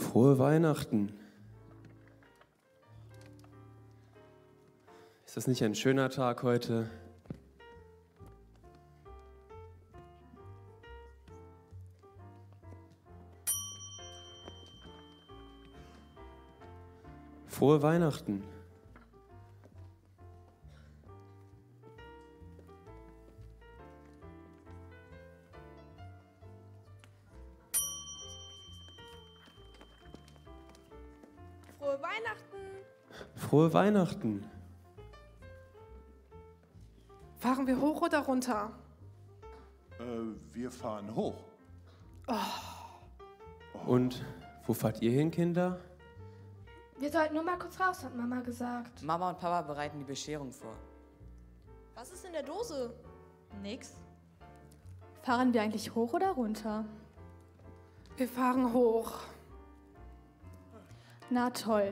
Frohe Weihnachten. Ist das nicht ein schöner Tag heute? Frohe Weihnachten. Frohe Weihnachten. Frohe Weihnachten. Fahren wir hoch oder runter? Wir fahren hoch. Und wo fahrt ihr hin, Kinder? Wir sollten nur mal kurz raus, hat Mama gesagt. Mama und Papa bereiten die Bescherung vor. Was ist in der Dose? Nix. Fahren wir eigentlich hoch oder runter? Wir fahren hoch. Na toll.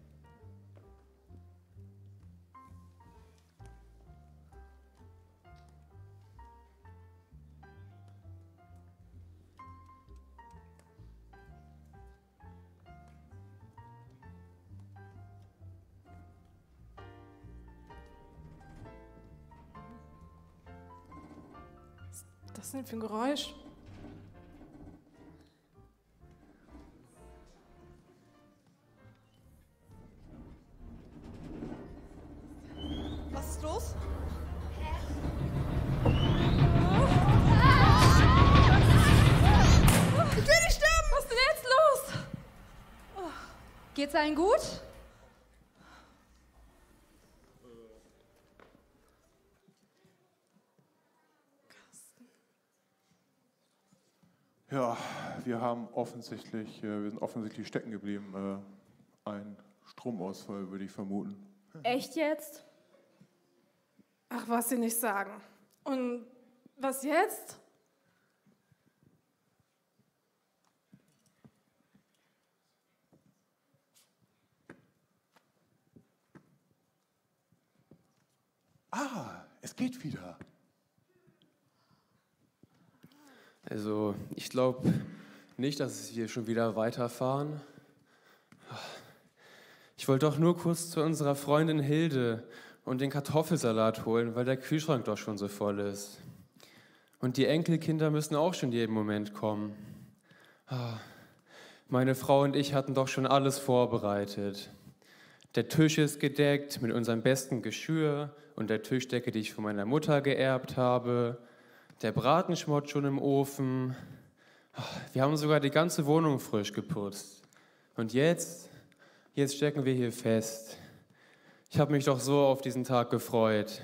Was ist das denn für ein Geräusch? Was ist los? Ich will nicht sterben! Was ist denn jetzt los? Geht's allen gut? Ja, wir sind offensichtlich stecken geblieben. Ein Stromausfall, würde ich vermuten. Echt jetzt? Ach, was sie nicht sagen. Und was jetzt? Es geht wieder. Also, ich glaube nicht, dass wir schon wieder weiterfahren. Ich wollte doch nur kurz zu unserer Freundin Hilde und den Kartoffelsalat holen, weil der Kühlschrank doch schon so voll ist. Und die Enkelkinder müssen auch schon jeden Moment kommen. Meine Frau und ich hatten doch schon alles vorbereitet. Der Tisch ist gedeckt mit unserem besten Geschirr und der Tischdecke, die ich von meiner Mutter geerbt habe. Der Braten schmort schon im Ofen. Wir haben sogar die ganze Wohnung frisch geputzt. Und jetzt stecken wir hier fest. Ich habe mich doch so auf diesen Tag gefreut.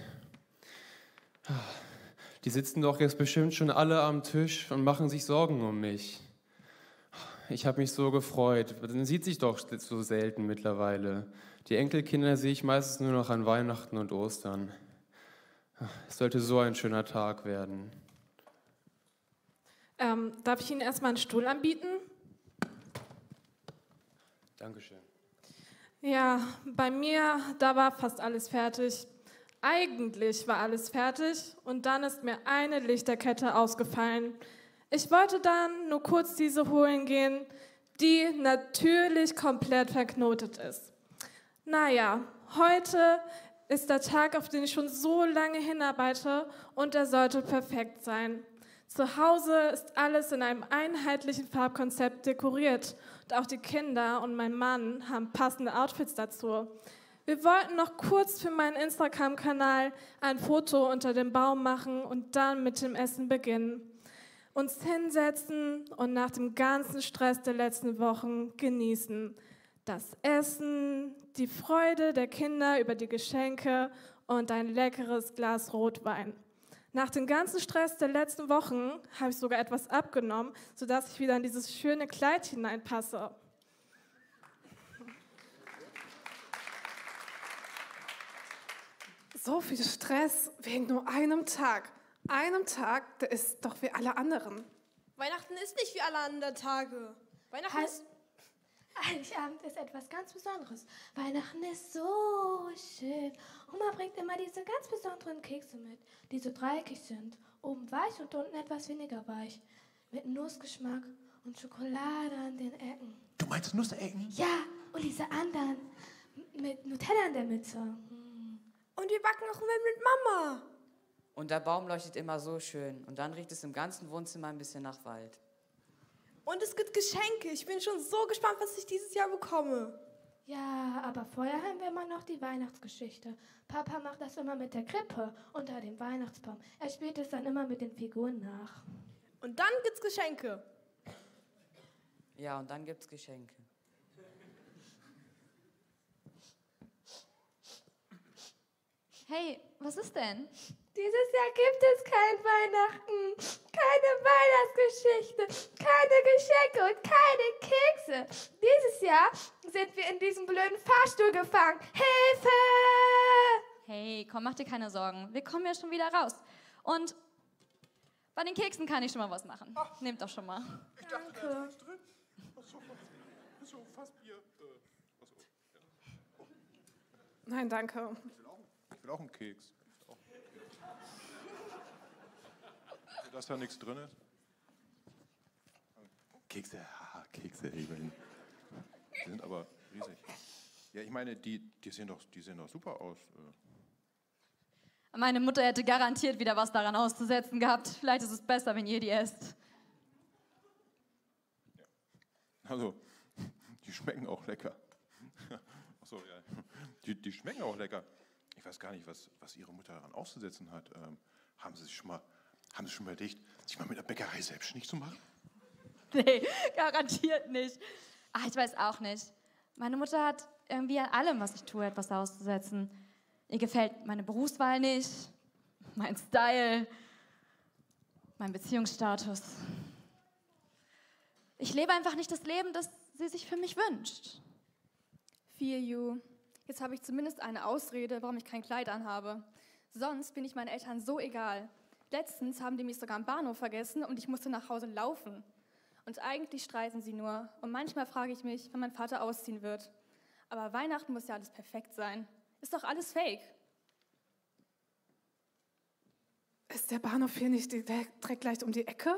Die sitzen doch jetzt bestimmt schon alle am Tisch und machen sich Sorgen um mich. Ich habe mich so gefreut. Man sieht sich doch so selten mittlerweile. Die Enkelkinder sehe ich meistens nur noch an Weihnachten und Ostern. Es sollte so ein schöner Tag werden. Darf ich Ihnen erstmal einen Stuhl anbieten? Dankeschön. Ja, bei mir, da war fast alles fertig. Eigentlich war alles fertig und dann ist mir eine Lichterkette ausgefallen. Ich wollte dann nur kurz diese holen gehen, die natürlich komplett verknotet ist. Naja, heute ist der Tag, auf den ich schon so lange hinarbeite und er sollte perfekt sein. Zu Hause ist alles in einem einheitlichen Farbkonzept dekoriert und auch die Kinder und mein Mann haben passende Outfits dazu. Wir wollten noch kurz für meinen Instagram-Kanal ein Foto unter dem Baum machen und dann mit dem Essen beginnen. Uns hinsetzen und nach dem ganzen Stress der letzten Wochen genießen. Das Essen, die Freude der Kinder über die Geschenke und ein leckeres Glas Rotwein. Nach dem ganzen Stress der letzten Wochen habe ich sogar etwas abgenommen, sodass ich wieder in dieses schöne Kleid hineinpasse. So viel Stress wegen nur einem Tag. Einem Tag, der ist doch wie alle anderen. Weihnachten ist nicht wie alle anderen Tage. Weihnachten ist... Heiligabend ist etwas ganz Besonderes. Weihnachten ist so schön. Oma bringt immer diese ganz besonderen Kekse mit, die so dreieckig sind. Oben weich und unten etwas weniger weich. Mit Nussgeschmack und Schokolade an den Ecken. meinst Nussecken? Ja, und diese anderen mit Nutella in der Mitte. Und wir backen auch mit Mama. Und der Baum leuchtet immer so schön. Und dann riecht es im ganzen Wohnzimmer ein bisschen nach Wald. Und es gibt Geschenke. Ich bin schon so gespannt, was ich dieses Jahr bekomme. Ja, aber vorher haben wir immer noch die Weihnachtsgeschichte. Papa macht das immer mit der Krippe unter dem Weihnachtsbaum. Er spielt es dann immer mit den Figuren nach. Und dann gibt's Geschenke. Ja, und dann gibt's Geschenke. Hey, was ist denn? Dieses Jahr gibt es kein Weihnachten, keine Weihnachtsgeschichte, keine Geschenke und keine Kekse. Dieses Jahr sind wir in diesem blöden Fahrstuhl gefangen. Hilfe! Hey, komm, mach dir keine Sorgen. Wir kommen ja schon wieder raus. Und bei den Keksen kann ich schon mal was machen. Nehmt doch schon mal. Danke. So, fast Bier. Nein, danke. Ich will auch einen Keks. Dass da nichts drin ist? Kekse, haha, Kekse, ich meine, die sind aber riesig. Ja, ich meine, die sehen doch super aus. Meine Mutter hätte garantiert wieder was daran auszusetzen gehabt. Vielleicht ist es besser, wenn ihr die esst. Ja. Also, die schmecken auch lecker. Achso, ja. Die schmecken auch lecker. Ich weiß gar nicht, was Ihre Mutter daran auszusetzen hat. Haben Sie schon mal überlegt, sich mal mit der Bäckerei selbstständig zu machen? Nee, garantiert nicht. Ach, ich weiß auch nicht. Meine Mutter hat irgendwie an allem, was ich tue, etwas auszusetzen. Ihr gefällt meine Berufswahl nicht, mein Style, mein Beziehungsstatus. Ich lebe einfach nicht das Leben, das sie sich für mich wünscht. Feel you. Jetzt habe ich zumindest eine Ausrede, warum ich kein Kleid anhabe. Sonst bin ich meinen Eltern so egal. Letztens haben die mich sogar am Bahnhof vergessen und ich musste nach Hause laufen. Und eigentlich streiten sie nur. Und manchmal frage ich mich, wann mein Vater ausziehen wird. Aber Weihnachten muss ja alles perfekt sein. Ist doch alles fake. Ist der Bahnhof hier nicht direkt gleich um die Ecke?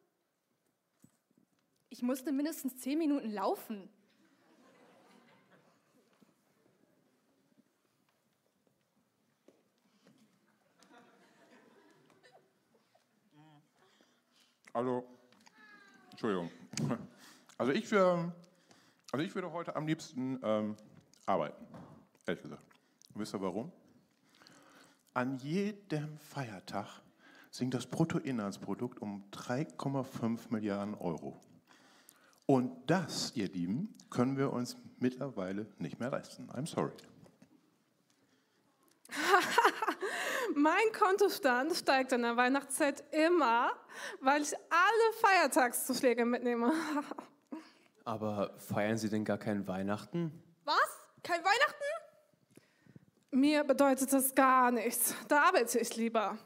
Ich musste mindestens 10 Minuten laufen. Also, Entschuldigung. Also ich würde heute am liebsten arbeiten, ehrlich gesagt. Und wisst ihr warum? An jedem Feiertag sinkt das Bruttoinlandsprodukt um 3,5 Milliarden Euro. Und das, ihr Lieben, können wir uns mittlerweile nicht mehr leisten. I'm sorry. Mein Kontostand steigt in der Weihnachtszeit immer, weil ich alle Feiertagszuschläge mitnehme. Aber feiern Sie denn gar kein Weihnachten? Was? Kein Weihnachten? Mir bedeutet das gar nichts. Da arbeite ich lieber.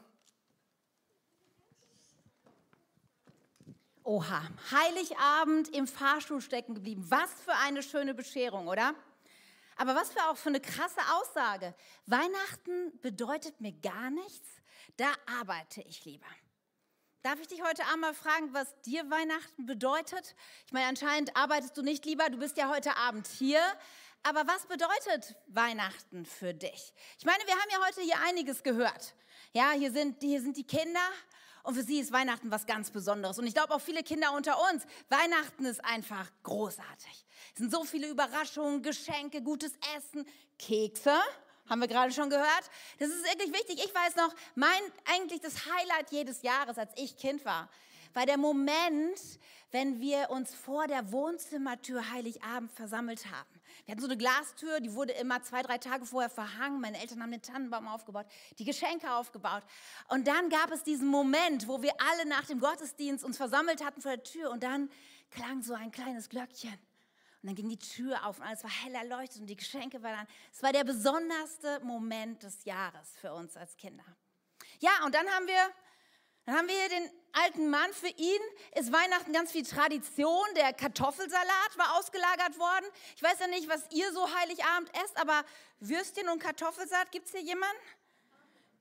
Oha, Heiligabend im Fahrstuhl stecken geblieben. Was für eine schöne Bescherung, oder? Aber was für auch für eine krasse Aussage. Weihnachten bedeutet mir gar nichts, da arbeite ich lieber. Darf ich dich heute Abend mal fragen, was dir Weihnachten bedeutet? Ich meine, anscheinend arbeitest du nicht lieber, du bist ja heute Abend hier. Aber was bedeutet Weihnachten für dich? Ich meine, wir haben ja heute hier einiges gehört. Ja, hier sind die Kinder. Und für sie ist Weihnachten was ganz Besonderes. Und ich glaube auch viele Kinder unter uns. Weihnachten ist einfach großartig. Es sind so viele Überraschungen, Geschenke, gutes Essen, Kekse, haben wir gerade schon gehört. Das ist wirklich wichtig. Ich weiß noch, eigentlich das Highlight jedes Jahres, als ich Kind war der Moment, wenn wir uns vor der Wohnzimmertür Heiligabend versammelt haben. Wir hatten so eine Glastür, die wurde immer 2-3 Tage vorher verhangen. Meine Eltern haben den Tannenbaum aufgebaut, die Geschenke aufgebaut. Und dann gab es diesen Moment, wo wir alle nach dem Gottesdienst uns versammelt hatten vor der Tür. Und dann klang so ein kleines Glöckchen. Und dann ging die Tür auf und alles war hell erleuchtet und die Geschenke waren an. Es war der besonderste Moment des Jahres für uns als Kinder. Ja, und dann haben wir hier den alten Mann. Für ihn ist Weihnachten ganz viel Tradition. Der Kartoffelsalat war ausgelagert worden. Ich weiß ja nicht, was ihr so Heiligabend esst, aber Würstchen und Kartoffelsalat, gibt es hier jemanden?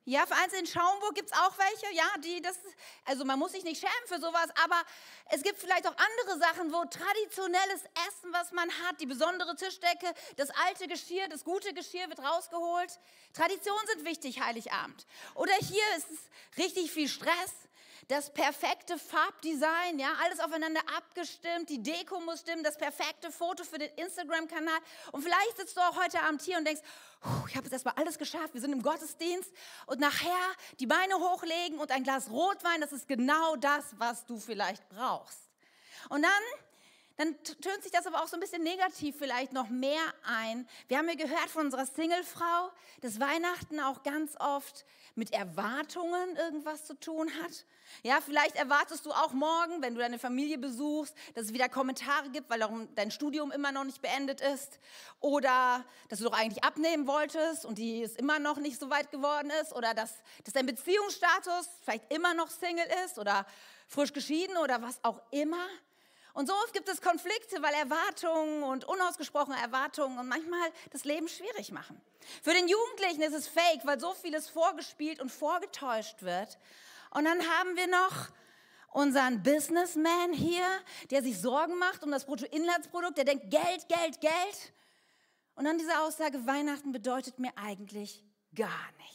Ja, für eins in Schaumburg gibt es auch welche, ja, also man muss sich nicht schämen für sowas, aber es gibt vielleicht auch andere Sachen, wo traditionelles Essen, was man hat, die besondere Tischdecke, das alte Geschirr, das gute Geschirr wird rausgeholt. Traditionen sind wichtig, Heiligabend. Oder hier ist es richtig viel Stress. Das perfekte Farbdesign, ja, alles aufeinander abgestimmt, die Deko muss stimmen, das perfekte Foto für den Instagram-Kanal. Und vielleicht sitzt du auch heute Abend hier und denkst, ich habe jetzt erstmal alles geschafft, wir sind im Gottesdienst und nachher die Beine hochlegen und ein Glas Rotwein, das ist genau das, was du vielleicht brauchst. Und dann tönt sich das aber auch so ein bisschen negativ vielleicht noch mehr ein. Wir haben ja gehört von unserer Singlefrau, dass Weihnachten auch ganz oft mit Erwartungen irgendwas zu tun hat. Ja, vielleicht erwartest du auch morgen, wenn du deine Familie besuchst, dass es wieder Kommentare gibt, weil dein Studium immer noch nicht beendet ist. Oder dass du doch eigentlich abnehmen wolltest und die es immer noch nicht so weit geworden ist. Oder dass dein Beziehungsstatus vielleicht immer noch Single ist oder frisch geschieden oder was auch immer. Und so oft gibt es Konflikte, weil Erwartungen und unausgesprochene Erwartungen und manchmal das Leben schwierig machen. Für den Jugendlichen ist es fake, weil so vieles vorgespielt und vorgetäuscht wird. Und dann haben wir noch unseren Businessman hier, der sich Sorgen macht um das Bruttoinlandsprodukt, der denkt Geld, Geld, Geld. Und dann diese Aussage, Weihnachten bedeutet mir eigentlich gar nichts.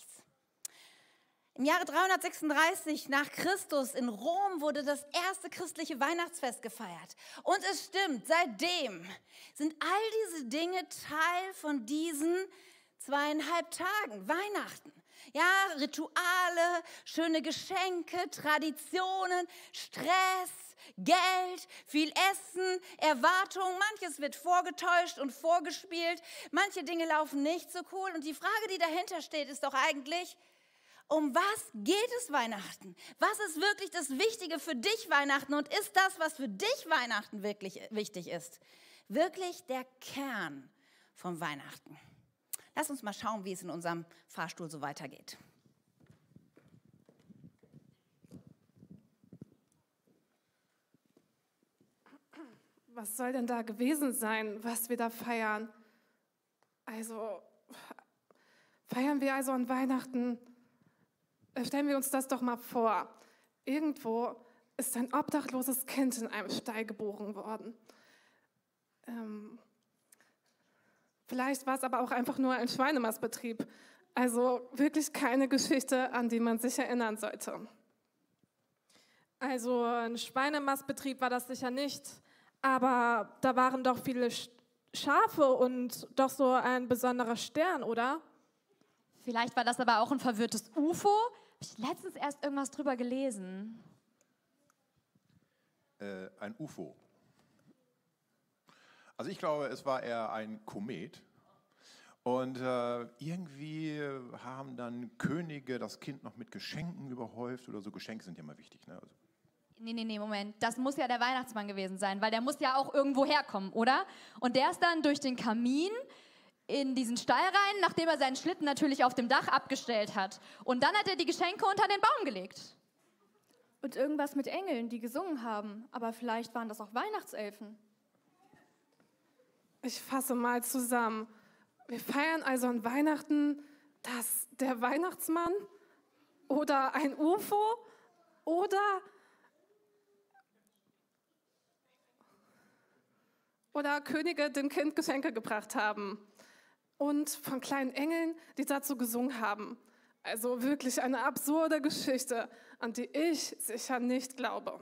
Im Jahre 336 nach Christus in Rom wurde das erste christliche Weihnachtsfest gefeiert. Und es stimmt, seitdem sind all diese Dinge Teil von diesen 2,5 Tagen, Weihnachten. Ja, Rituale, schöne Geschenke, Traditionen, Stress, Geld, viel Essen, Erwartungen. Manches wird vorgetäuscht und vorgespielt. Manche Dinge laufen nicht so cool. Und die Frage, die dahinter steht, ist doch eigentlich, um was geht es Weihnachten? Was ist wirklich das Wichtige für dich Weihnachten? Und ist das, was für dich Weihnachten wirklich wichtig ist, wirklich der Kern von Weihnachten? Lass uns mal schauen, wie es in unserem Fahrstuhl so weitergeht. Was soll denn da gewesen sein, was wir da feiern? Also, feiern wir also an Weihnachten? Stellen wir uns das doch mal vor. Irgendwo ist ein obdachloses Kind in einem Stall geboren worden. Vielleicht war es aber auch einfach nur ein Schweinemastbetrieb. Also wirklich keine Geschichte, an die man sich erinnern sollte. Also ein Schweinemastbetrieb war das sicher nicht, aber da waren doch viele Schafe und doch so ein besonderer Stern, oder? Vielleicht war das aber auch ein verwirrtes UFO. Habe ich letztens erst irgendwas drüber gelesen. Ein UFO. Also ich glaube, es war eher ein Komet. Und irgendwie haben dann Könige das Kind noch mit Geschenken überhäuft oder so. Geschenke sind ja mal wichtig, ne? Also Nee, Moment. Das muss ja der Weihnachtsmann gewesen sein, weil der muss ja auch irgendwo herkommen, oder? Und der ist dann durch den Kamin in diesen Stall rein, nachdem er seinen Schlitten natürlich auf dem Dach abgestellt hat. Und dann hat er die Geschenke unter den Baum gelegt. Und irgendwas mit Engeln, die gesungen haben. Aber vielleicht waren das auch Weihnachtselfen. Ich fasse mal zusammen. Wir feiern also an Weihnachten, dass der Weihnachtsmann oder ein UFO oder Könige dem Kind Geschenke gebracht haben. Und von kleinen Engeln, die dazu gesungen haben. Also wirklich eine absurde Geschichte, an die ich sicher nicht glaube.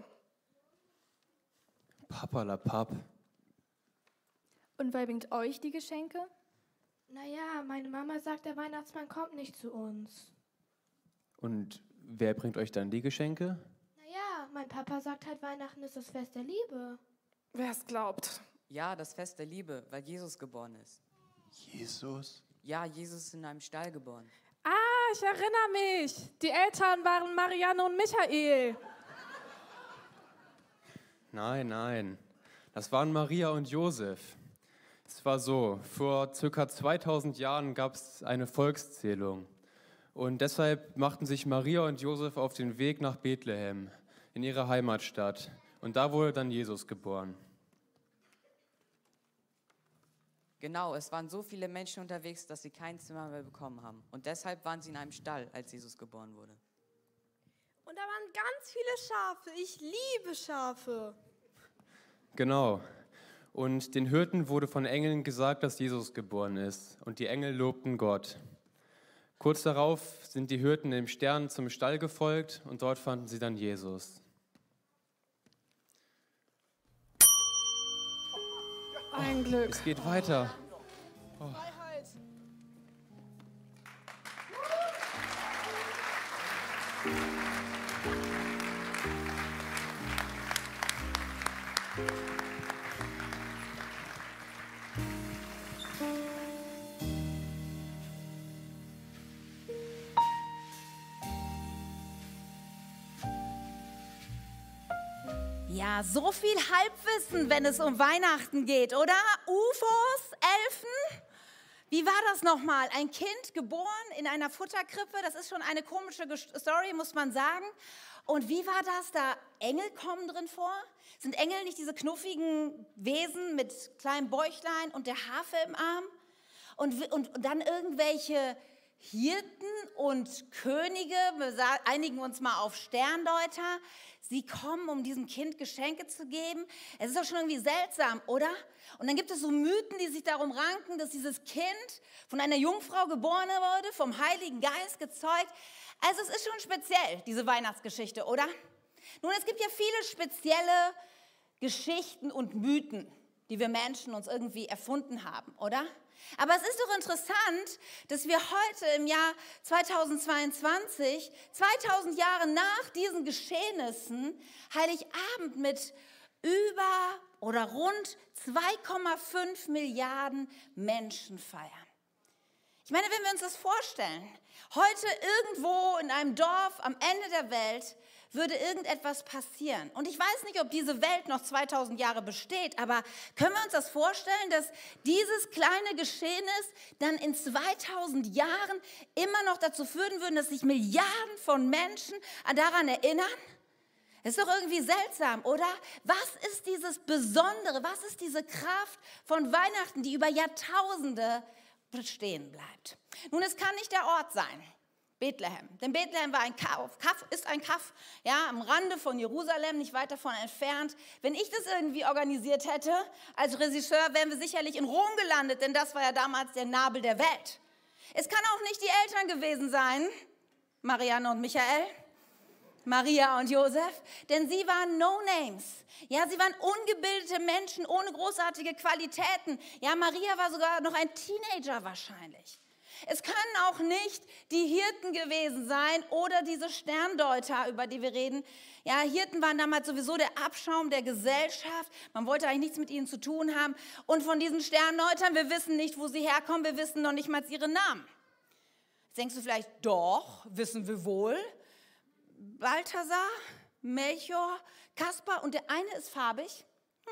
Papperlapapp. Und wer bringt euch die Geschenke? Naja, meine Mama sagt, der Weihnachtsmann kommt nicht zu uns. Und wer bringt euch dann die Geschenke? Naja, mein Papa sagt halt, Weihnachten ist das Fest der Liebe. Wer es glaubt. Ja, das Fest der Liebe, weil Jesus geboren ist. Jesus? Ja, Jesus ist in einem Stall geboren. Ah, ich erinnere mich. Die Eltern waren Marianne und Michael. Nein. Das waren Maria und Josef. Es war so, vor ca. 2000 Jahren gab es eine Volkszählung. Und deshalb machten sich Maria und Josef auf den Weg nach Bethlehem, in ihre Heimatstadt. Und da wurde dann Jesus geboren. Genau, es waren so viele Menschen unterwegs, dass sie kein Zimmer mehr bekommen haben. Und deshalb waren sie in einem Stall, als Jesus geboren wurde. Und da waren ganz viele Schafe. Ich liebe Schafe. Genau. Und den Hirten wurde von Engeln gesagt, dass Jesus geboren ist. Und die Engel lobten Gott. Kurz darauf sind die Hirten dem Stern zum Stall gefolgt und dort fanden sie dann Jesus. Ein Glück. Es geht weiter. Freiheit. Ja, so viel Halbwissen, wenn es um Weihnachten geht, oder? UFOs, Elfen? Wie war das nochmal? Ein Kind geboren in einer Futterkrippe, das ist schon eine komische Story, muss man sagen. Und wie war das? Da Engel kommen drin vor? Sind Engel nicht diese knuffigen Wesen mit kleinem Bäuchlein und der Harfe im Arm? Und dann irgendwelche Hirten und Könige, wir einigen uns mal auf Sterndeuter, sie kommen, um diesem Kind Geschenke zu geben. Es ist doch schon irgendwie seltsam, oder? Und dann gibt es so Mythen, die sich darum ranken, dass dieses Kind von einer Jungfrau geboren wurde, vom Heiligen Geist gezeugt. Also es ist schon speziell, diese Weihnachtsgeschichte, oder? Nun, es gibt ja viele spezielle Geschichten und Mythen, die wir Menschen uns irgendwie erfunden haben, oder? Aber es ist doch interessant, dass wir heute im Jahr 2022, 2000 Jahre nach diesen Geschehnissen, Heiligabend mit über oder rund 2,5 Milliarden Menschen feiern. Ich meine, wenn wir uns das vorstellen, heute irgendwo in einem Dorf am Ende der Welt würde irgendetwas passieren. Und ich weiß nicht, ob diese Welt noch 2000 Jahre besteht, aber können wir uns das vorstellen, dass dieses kleine Geschehnis dann in 2000 Jahren immer noch dazu führen würde, dass sich Milliarden von Menschen daran erinnern? Das ist doch irgendwie seltsam, oder? Was ist dieses Besondere, was ist diese Kraft von Weihnachten, die über Jahrtausende bestehen bleibt? Nun, es kann nicht der Ort sein. Bethlehem. Denn Bethlehem war ist ein Kaff, ja, am Rande von Jerusalem, nicht weit davon entfernt. Wenn ich das irgendwie organisiert hätte, als Regisseur, wären wir sicherlich in Rom gelandet, denn das war ja damals der Nabel der Welt. Es kann auch nicht die Eltern gewesen sein, Marianne und Michael, Maria und Josef, denn sie waren No-Names. Ja, sie waren ungebildete Menschen ohne großartige Qualitäten. Ja, Maria war sogar noch ein Teenager wahrscheinlich. Es können auch nicht die Hirten gewesen sein oder diese Sterndeuter, über die wir reden. Ja, Hirten waren damals sowieso der Abschaum der Gesellschaft. Man wollte eigentlich nichts mit ihnen zu tun haben. Und von diesen Sterndeutern, wir wissen nicht, wo sie herkommen. Wir wissen noch nicht mal ihre Namen. Jetzt denkst du vielleicht, doch, wissen wir wohl. Balthasar, Melchior, Kaspar und der eine ist farbig.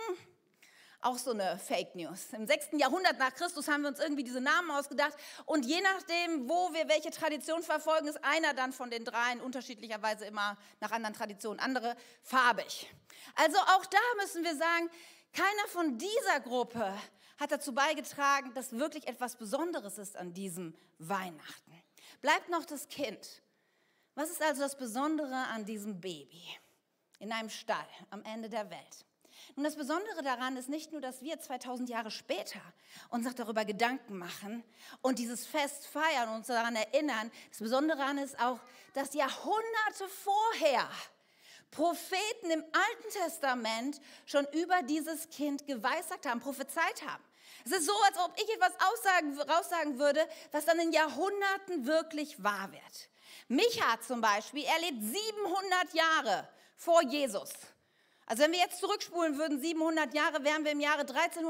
Auch so eine Fake News. Im 6. Jahrhundert nach Christus haben wir uns irgendwie diese Namen ausgedacht und je nachdem, wo wir welche Tradition verfolgen, ist einer dann von den dreien unterschiedlicherweise immer nach anderen Traditionen, andere farbig. Also auch da müssen wir sagen, keiner von dieser Gruppe hat dazu beigetragen, dass wirklich etwas Besonderes ist an diesem Weihnachten. Bleibt noch das Kind. Was ist also das Besondere an diesem Baby in einem Stall am Ende der Welt? Und das Besondere daran ist nicht nur, dass wir 2000 Jahre später uns noch darüber Gedanken machen und dieses Fest feiern und uns daran erinnern. Das Besondere daran ist auch, dass Jahrhunderte vorher Propheten im Alten Testament schon über dieses Kind geweissagt haben, prophezeit haben. Es ist so, als ob ich etwas raussagen würde, was dann in Jahrhunderten wirklich wahr wird. Micha zum Beispiel, er lebt 700 Jahre vor Jesus. Also wenn wir jetzt zurückspulen würden, 700 Jahre, wären wir im Jahre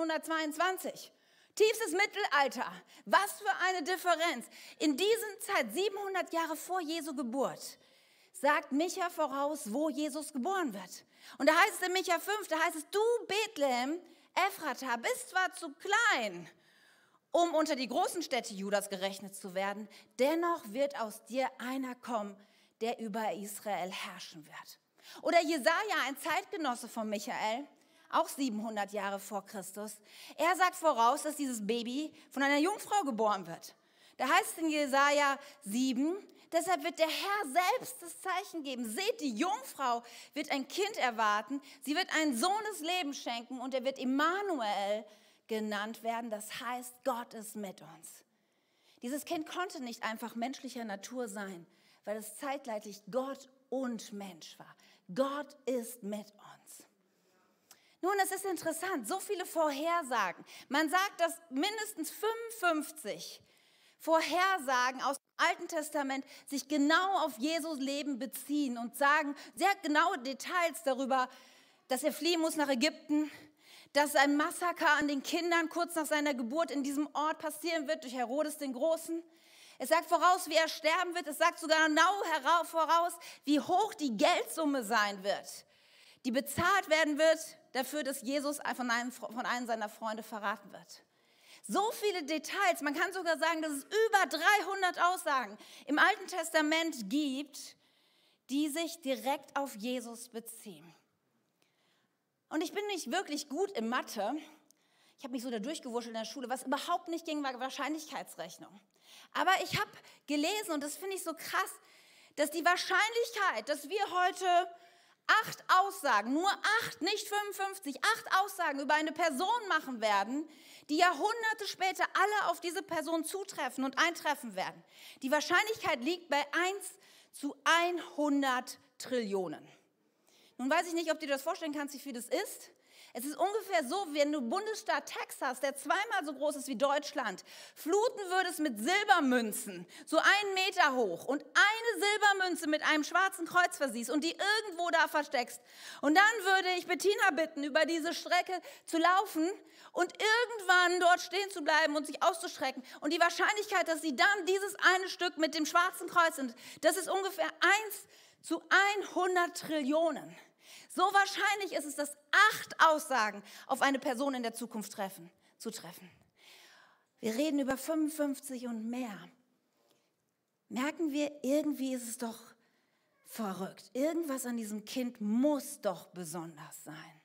1322. Tiefstes Mittelalter. Was für eine Differenz. In dieser Zeit, 700 Jahre vor Jesu Geburt, sagt Micha voraus, wo Jesus geboren wird. Und da heißt es in Micha 5, da heißt es, du Bethlehem, Ephrata, bist zwar zu klein, um unter die großen Städte Judas gerechnet zu werden, dennoch wird aus dir einer kommen, der über Israel herrschen wird. Oder Jesaja, ein Zeitgenosse von Michael, auch 700 Jahre vor Christus. Er sagt voraus, dass dieses Baby von einer Jungfrau geboren wird. Da heißt es in Jesaja 7, deshalb wird der Herr selbst das Zeichen geben. Seht, die Jungfrau wird ein Kind erwarten, sie wird einen Sohn des Lebens schenken und er wird Immanuel genannt werden. Das heißt, Gott ist mit uns. Dieses Kind konnte nicht einfach menschlicher Natur sein, weil es zeitgleich Gott und Mensch war. Gott ist mit uns. Nun, es ist interessant, so viele Vorhersagen. Man sagt, dass mindestens 55 Vorhersagen aus dem Alten Testament sich genau auf Jesus Leben beziehen und sagen sehr genaue Details darüber, dass er fliehen muss nach Ägypten, dass ein Massaker an den Kindern kurz nach seiner Geburt in diesem Ort passieren wird durch Herodes den Großen. Es sagt voraus, wie er sterben wird. Es sagt sogar genau voraus, wie hoch die Geldsumme sein wird, die bezahlt werden wird dafür, dass Jesus von einem seiner Freunde verraten wird. So viele Details, man kann sogar sagen, dass es über 300 Aussagen im Alten Testament gibt, die sich direkt auf Jesus beziehen. Und ich bin nicht wirklich gut in Mathe. Ich habe mich so da durchgewurschtelt in der Schule. Was überhaupt nicht ging, war Wahrscheinlichkeitsrechnung. Aber ich habe gelesen, und das finde ich so krass, dass die Wahrscheinlichkeit, dass wir heute 8 Aussagen, nur 8, nicht 55, 8 Aussagen über eine Person machen werden, die Jahrhunderte später alle auf diese Person zutreffen und eintreffen werden. Die Wahrscheinlichkeit liegt bei 1:100 Trillionen. Nun weiß ich nicht, ob du dir das vorstellen kannst, wie viel das ist. Es ist ungefähr so, wenn du Bundesstaat Texas, der 2-mal so groß ist wie Deutschland, fluten würdest mit Silbermünzen, so 1 Meter hoch und eine Silbermünze mit einem schwarzen Kreuz versiehst und die irgendwo da versteckst. Und dann würde ich Bettina bitten, über diese Strecke zu laufen und irgendwann dort stehen zu bleiben und sich auszustrecken. Und die Wahrscheinlichkeit, dass sie dann dieses eine Stück mit dem schwarzen Kreuz sind, das ist ungefähr 1:100 Trillionen. So wahrscheinlich ist es, dass 8 Aussagen auf eine Person in der Zukunft zutreffen. Wir reden über 55 und mehr. Merken wir, irgendwie ist es doch verrückt. Irgendwas an diesem Kind muss doch besonders sein.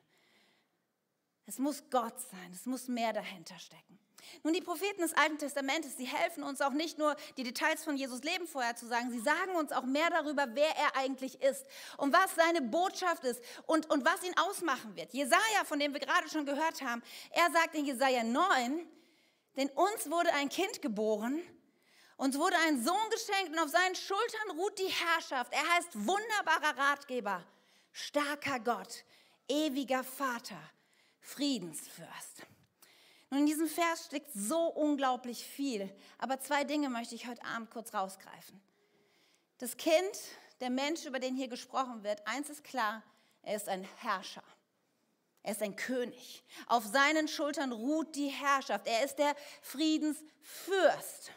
Es muss Gott sein, es muss mehr dahinter stecken. Nun, die Propheten des Alten Testamentes, sie helfen uns auch nicht nur, die Details von Jesus Leben vorherzusagen, sie sagen uns auch mehr darüber, wer er eigentlich ist und was seine Botschaft ist und was ihn ausmachen wird. Jesaja, von dem wir gerade schon gehört haben, er sagt in Jesaja 9, denn uns wurde ein Kind geboren, uns wurde ein Sohn geschenkt und auf seinen Schultern ruht die Herrschaft. Er heißt wunderbarer Ratgeber, starker Gott, ewiger Vater, Friedensfürst. Nun, in diesem Vers steckt so unglaublich viel, aber 2 Dinge möchte ich heute Abend kurz rausgreifen. Das Kind, der Mensch, über den hier gesprochen wird, eins ist klar, er ist ein Herrscher. Er ist ein König. Auf seinen Schultern ruht die Herrschaft. Er ist der Friedensfürst.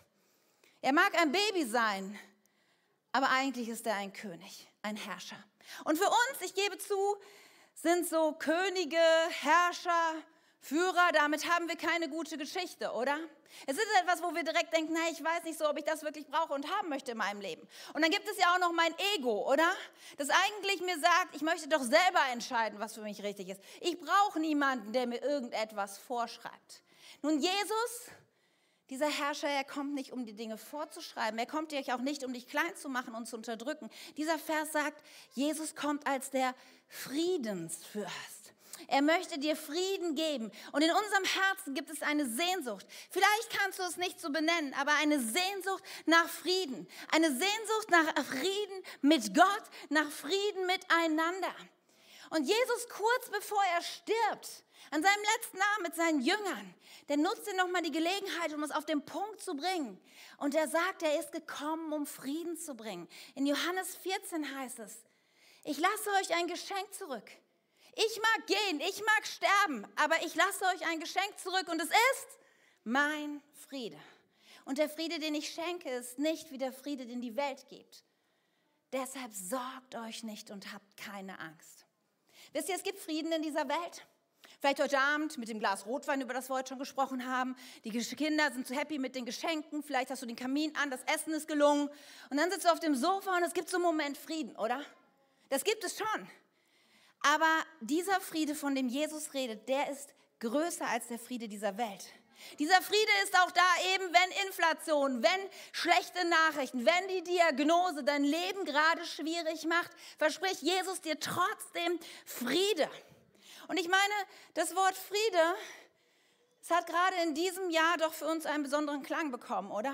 Er mag ein Baby sein, aber eigentlich ist er ein König, ein Herrscher. Und für uns, ich gebe zu, sind so Könige, Herrscher, Führer, damit haben wir keine gute Geschichte, oder? Es ist etwas, wo wir direkt denken, na, ich weiß nicht so, ob ich das wirklich brauche und haben möchte in meinem Leben. Und dann gibt es ja auch noch mein Ego, oder? Das eigentlich mir sagt, ich möchte doch selber entscheiden, was für mich richtig ist. Ich brauche niemanden, der mir irgendetwas vorschreibt. Nun, Jesus, dieser Herrscher, er kommt nicht, um die Dinge vorzuschreiben. Er kommt dir auch nicht, um dich klein zu machen und zu unterdrücken. Dieser Vers sagt, Jesus kommt als der Friedensfürst. Er möchte dir Frieden geben. Und in unserem Herzen gibt es eine Sehnsucht. Vielleicht kannst du es nicht so benennen, aber eine Sehnsucht nach Frieden. Eine Sehnsucht nach Frieden mit Gott, nach Frieden miteinander. Und Jesus, kurz bevor er stirbt, an seinem letzten Abend mit seinen Jüngern, der nutzt nochmal die Gelegenheit, um es auf den Punkt zu bringen. Und er sagt, er ist gekommen, um Frieden zu bringen. In Johannes 14 heißt es, ich lasse euch ein Geschenk zurück. Ich mag gehen, ich mag sterben, aber ich lasse euch ein Geschenk zurück und es ist mein Friede. Und der Friede, den ich schenke, ist nicht wie der Friede, den die Welt gibt. Deshalb sorgt euch nicht und habt keine Angst. Wisst ihr, es gibt Frieden in dieser Welt. Vielleicht heute Abend mit dem Glas Rotwein, über das wir heute schon gesprochen haben. Die Kinder sind so happy mit den Geschenken. Vielleicht hast du den Kamin an, das Essen ist gelungen. Und dann sitzt du auf dem Sofa und es gibt so einen Moment Frieden, oder? Das gibt es schon. Aber dieser Friede, von dem Jesus redet, der ist größer als der Friede dieser Welt. Dieser Friede ist auch da eben, wenn Inflation, wenn schlechte Nachrichten, wenn die Diagnose dein Leben gerade schwierig macht, verspricht Jesus dir trotzdem Friede. Und ich meine, das Wort Friede, es hat gerade in diesem Jahr doch für uns einen besonderen Klang bekommen, oder?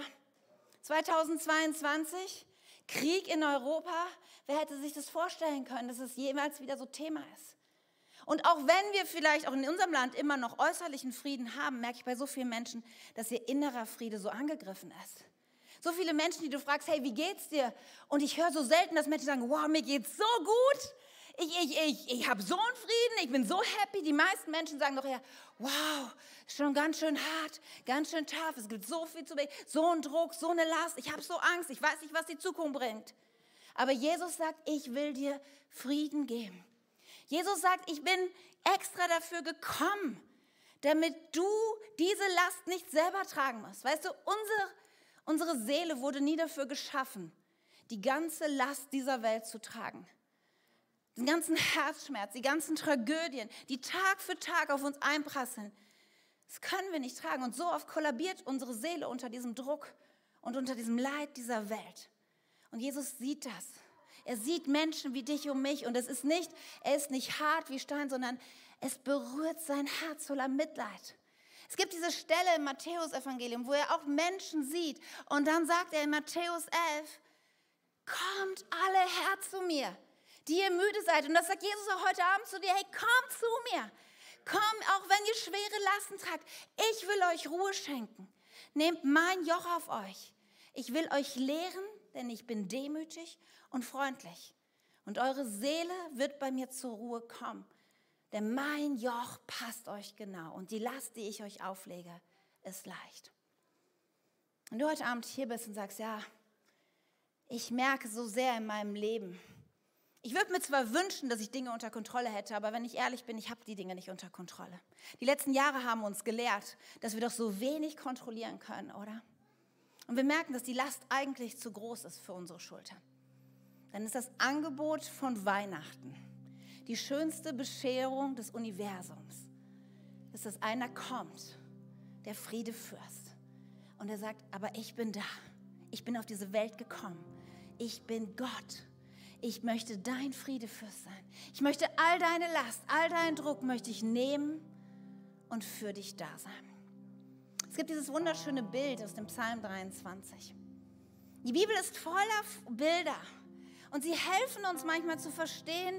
2022, Krieg in Europa, wer hätte sich das vorstellen können, dass es jemals wieder so Thema ist? Und auch wenn wir vielleicht auch in unserem Land immer noch äußerlichen Frieden haben, merke ich bei so vielen Menschen, dass ihr innerer Friede so angegriffen ist. So viele Menschen, die du fragst, hey, wie geht's dir? Und ich höre so selten, dass Menschen sagen, wow, mir geht's so gut. Ich habe so einen Frieden, ich bin so happy. Die meisten Menschen sagen doch eher, wow, schon ganz schön hart, ganz schön tough. Es gibt so viel zu bewegen, so einen Druck, so eine Last. Ich habe so Angst, ich weiß nicht, was die Zukunft bringt. Aber Jesus sagt, ich will dir Frieden geben. Jesus sagt, ich bin extra dafür gekommen, damit du diese Last nicht selber tragen musst. Weißt du, unsere Seele wurde nie dafür geschaffen, die ganze Last dieser Welt zu tragen. Den ganzen Herzschmerz, die ganzen Tragödien, die Tag für Tag auf uns einprasseln. Das können wir nicht tragen. Und so oft kollabiert unsere Seele unter diesem Druck und unter diesem Leid dieser Welt. Und Jesus sieht das. Er sieht Menschen wie dich und mich und er ist nicht hart wie Stein, sondern es berührt sein Herz voller Mitleid. Es gibt diese Stelle im Matthäus-Evangelium, wo er auch Menschen sieht und dann sagt er in Matthäus 11, kommt alle her zu mir, die ihr müde seid. Und das sagt Jesus auch heute Abend zu dir, hey, komm zu mir. Komm, auch wenn ihr schwere Lasten tragt. Ich will euch Ruhe schenken. Nehmt mein Joch auf euch. Ich will euch lehren, denn ich bin demütig und freundlich. Und eure Seele wird bei mir zur Ruhe kommen. Denn mein Joch passt euch genau. Und die Last, die ich euch auflege, ist leicht. Und du heute Abend hier bist und sagst, ja, ich merke so sehr in meinem Leben. Ich würde mir zwar wünschen, dass ich Dinge unter Kontrolle hätte, aber wenn ich ehrlich bin, ich habe die Dinge nicht unter Kontrolle. Die letzten Jahre haben uns gelehrt, dass wir doch so wenig kontrollieren können, oder? Und wir merken, dass die Last eigentlich zu groß ist für unsere Schultern. Dann ist das Angebot von Weihnachten die schönste Bescherung des Universums. Dass einer kommt, der Friedefürst. Und er sagt, aber ich bin da. Ich bin auf diese Welt gekommen. Ich bin Gott. Ich möchte dein Friedefürst sein. Ich möchte all deine Last, all deinen Druck möchte ich nehmen und für dich da sein. Es gibt dieses wunderschöne Bild aus dem Psalm 23. Die Bibel ist voller Bilder und sie helfen uns manchmal zu verstehen,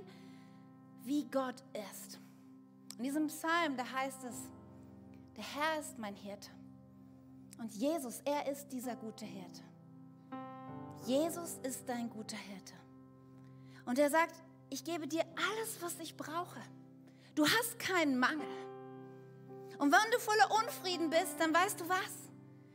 wie Gott ist. In diesem Psalm, da heißt es, der Herr ist mein Hirte. Und Jesus, er ist dieser gute Hirte. Jesus ist dein guter Hirte. Und er sagt, ich gebe dir alles, was ich brauche. Du hast keinen Mangel. Und wenn du voller Unfrieden bist, dann weißt du was?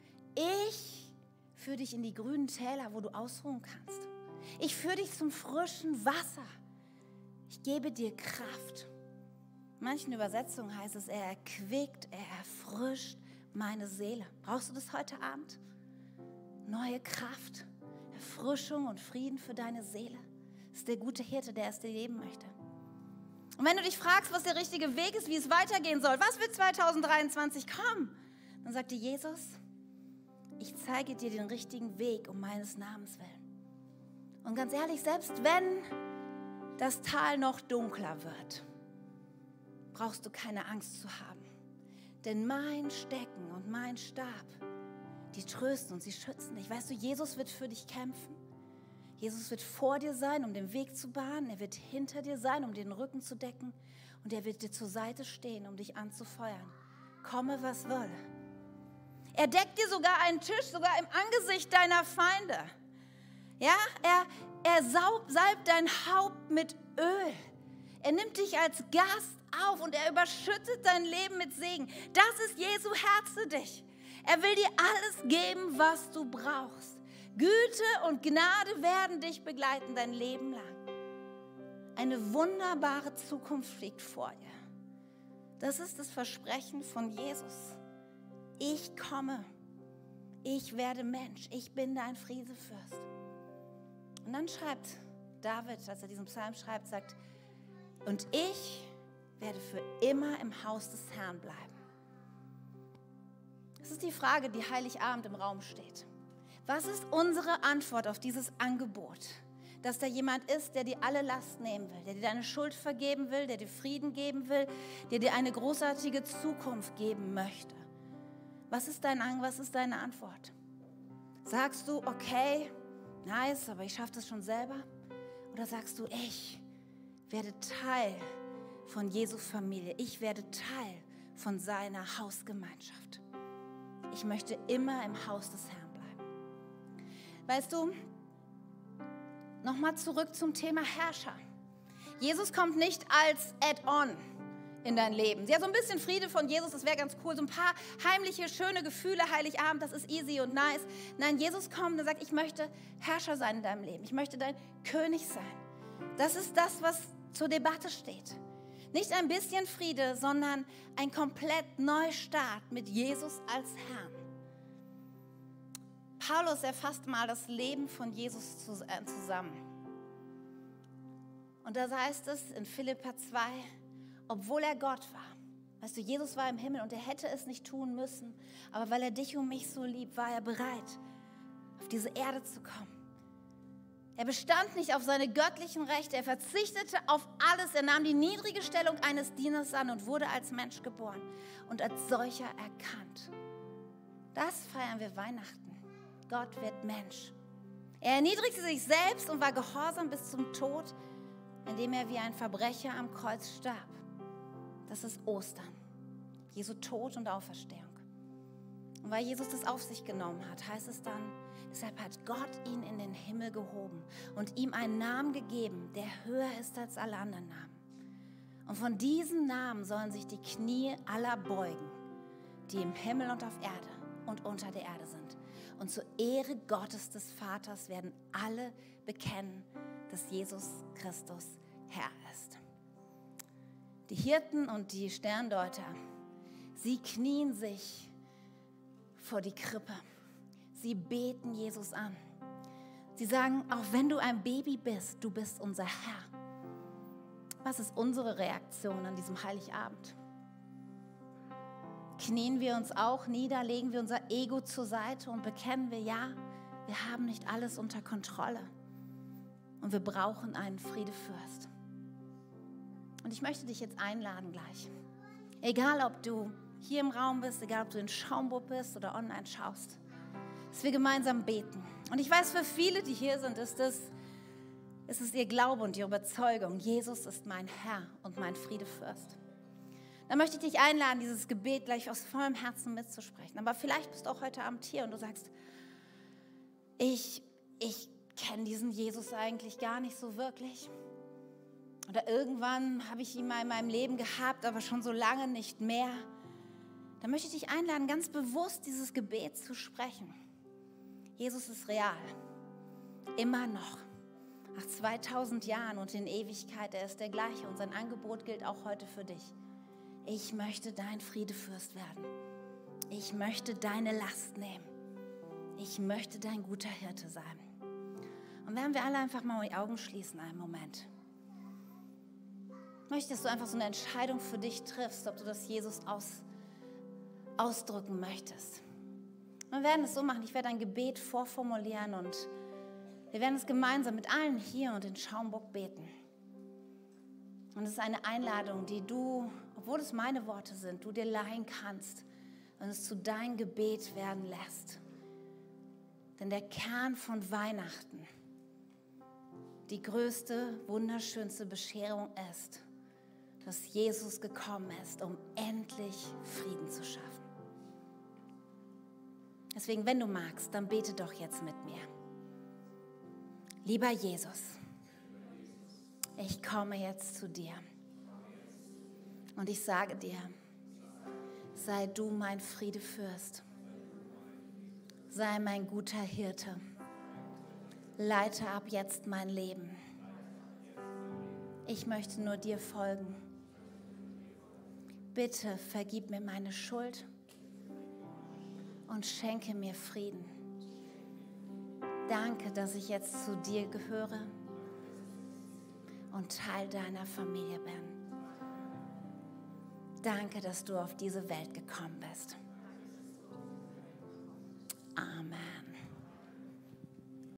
Ich führe dich in die grünen Täler, wo du ausruhen kannst. Ich führe dich zum frischen Wasser. Ich gebe dir Kraft. In manchen Übersetzungen heißt es, er erquickt, er erfrischt meine Seele. Brauchst du das heute Abend? Neue Kraft, Erfrischung und Frieden für deine Seele. Das ist der gute Hirte, der es dir geben möchte. Und wenn du dich fragst, was der richtige Weg ist, wie es weitergehen soll, was wird 2023 kommen, dann sagt dir Jesus, ich zeige dir den richtigen Weg um meines Namens willen. Und ganz ehrlich, selbst wenn das Tal noch dunkler wird, brauchst du keine Angst zu haben. Denn mein Stecken und mein Stab, die trösten und sie schützen dich. Weißt du, Jesus wird für dich kämpfen. Jesus wird vor dir sein, um den Weg zu bahnen. Er wird hinter dir sein, um den Rücken zu decken. Und er wird dir zur Seite stehen, um dich anzufeuern. Komme, was wolle. Er deckt dir sogar einen Tisch, sogar im Angesicht deiner Feinde. Ja, er salbt dein Haupt mit Öl. Er nimmt dich als Gast auf und er überschüttet dein Leben mit Segen. Das ist Jesu Herz für dich. Er will dir alles geben, was du brauchst. Güte und Gnade werden dich begleiten dein Leben lang. Eine wunderbare Zukunft liegt vor dir. Das ist das Versprechen von Jesus. Ich komme, ich werde Mensch, ich bin dein Friedefürst. Und dann schreibt David, als er diesen Psalm schreibt, sagt, Und ich werde für immer im Haus des Herrn bleiben. Das ist die Frage, die Heiligabend im Raum steht. Was ist unsere Antwort auf dieses Angebot? Dass da jemand ist, der dir alle Last nehmen will, der dir deine Schuld vergeben will, der dir Frieden geben will, der dir eine großartige Zukunft geben möchte. Was ist deine Antwort? Sagst du, okay, nice, aber ich schaffe das schon selber? Oder sagst du, ich werde Teil von Jesu Familie. Ich werde Teil von seiner Hausgemeinschaft. Ich möchte immer im Haus des Herrn bleiben. Weißt du, nochmal zurück zum Thema Herrscher. Jesus kommt nicht als Add-on in dein Leben. Ja, so ein bisschen Friede von Jesus, das wäre ganz cool. So ein paar heimliche, schöne Gefühle, Heiligabend, das ist easy und nice. Nein, Jesus kommt und sagt, ich möchte Herrscher sein in deinem Leben. Ich möchte dein König sein. Das ist das, was zur Debatte steht. Nicht ein bisschen Friede, sondern ein komplett Neustart mit Jesus als Herrn. Paulus erfasst mal das Leben von Jesus zusammen. Und da heißt es in Philipper 2, obwohl er Gott war. Weißt du, Jesus war im Himmel und er hätte es nicht tun müssen. Aber weil er dich und mich so liebt, war er bereit, auf diese Erde zu kommen. Er bestand nicht auf seine göttlichen Rechte, er verzichtete auf alles, er nahm die niedrige Stellung eines Dieners an und wurde als Mensch geboren und als solcher erkannt. Das feiern wir Weihnachten. Gott wird Mensch. Er erniedrigte sich selbst und war gehorsam bis zum Tod, indem er wie ein Verbrecher am Kreuz starb. Das ist Ostern, Jesu Tod und Auferstehung. Und weil Jesus das auf sich genommen hat, heißt es dann, deshalb hat Gott ihn in den Himmel gehoben und ihm einen Namen gegeben, der höher ist als alle anderen Namen. Und von diesem Namen sollen sich die Knie aller beugen, die im Himmel und auf Erde und unter der Erde sind. Und zur Ehre Gottes des Vaters werden alle bekennen, dass Jesus Christus Herr ist. Die Hirten und die Sterndeuter, sie knien sich vor die Krippe. Sie beten Jesus an. Sie sagen, auch wenn du ein Baby bist, du bist unser Herr. Was ist unsere Reaktion an diesem Heiligabend? Knien wir uns auch nieder, legen wir unser Ego zur Seite und bekennen wir, ja, wir haben nicht alles unter Kontrolle und wir brauchen einen Friedefürst. Und ich möchte dich jetzt einladen gleich. Egal, ob du hier im Raum bist, egal, ob du in Schaumburg bist oder online schaust, dass wir gemeinsam beten. Und ich weiß, für viele, die hier sind, ist es ihr Glaube und ihre Überzeugung. Jesus ist mein Herr und mein Friedefürst. Dann möchte ich dich einladen, dieses Gebet gleich aus vollem Herzen mitzusprechen. Aber vielleicht bist du auch heute Abend hier und du sagst, ich kenne diesen Jesus eigentlich gar nicht so wirklich. Oder irgendwann habe ich ihn mal in meinem Leben gehabt, aber schon so lange nicht mehr. Dann möchte ich dich einladen, ganz bewusst dieses Gebet zu sprechen. Jesus ist real. Immer noch. Nach 2000 Jahren und in Ewigkeit, er ist der gleiche. Und sein Angebot gilt auch heute für dich. Ich möchte dein Friedefürst werden. Ich möchte deine Last nehmen. Ich möchte dein guter Hirte sein. Und werden wir alle einfach mal die Augen schließen, einen Moment. Ich möchte, dass du einfach so eine Entscheidung für dich triffst, ob du das Jesus ausdrücken möchtest. Wir werden es so machen, ich werde ein Gebet vorformulieren und wir werden es gemeinsam mit allen hier und in Schaumburg beten. Und es ist eine Einladung, die du, obwohl es meine Worte sind, du dir leihen kannst und es zu deinem Gebet werden lässt. Denn der Kern von Weihnachten, die größte, wunderschönste Bescherung ist, dass Jesus gekommen ist, um endlich Frieden zu schaffen. Deswegen, wenn du magst, dann bete doch jetzt mit mir. Lieber Jesus, ich komme jetzt zu dir und ich sage dir, sei du mein Friedefürst, sei mein guter Hirte, leite ab jetzt mein Leben. Ich möchte nur dir folgen. Bitte vergib mir meine Schuld und schenke mir Frieden. Danke, dass ich jetzt zu dir gehöre und Teil deiner Familie bin. Danke, dass du auf diese Welt gekommen bist.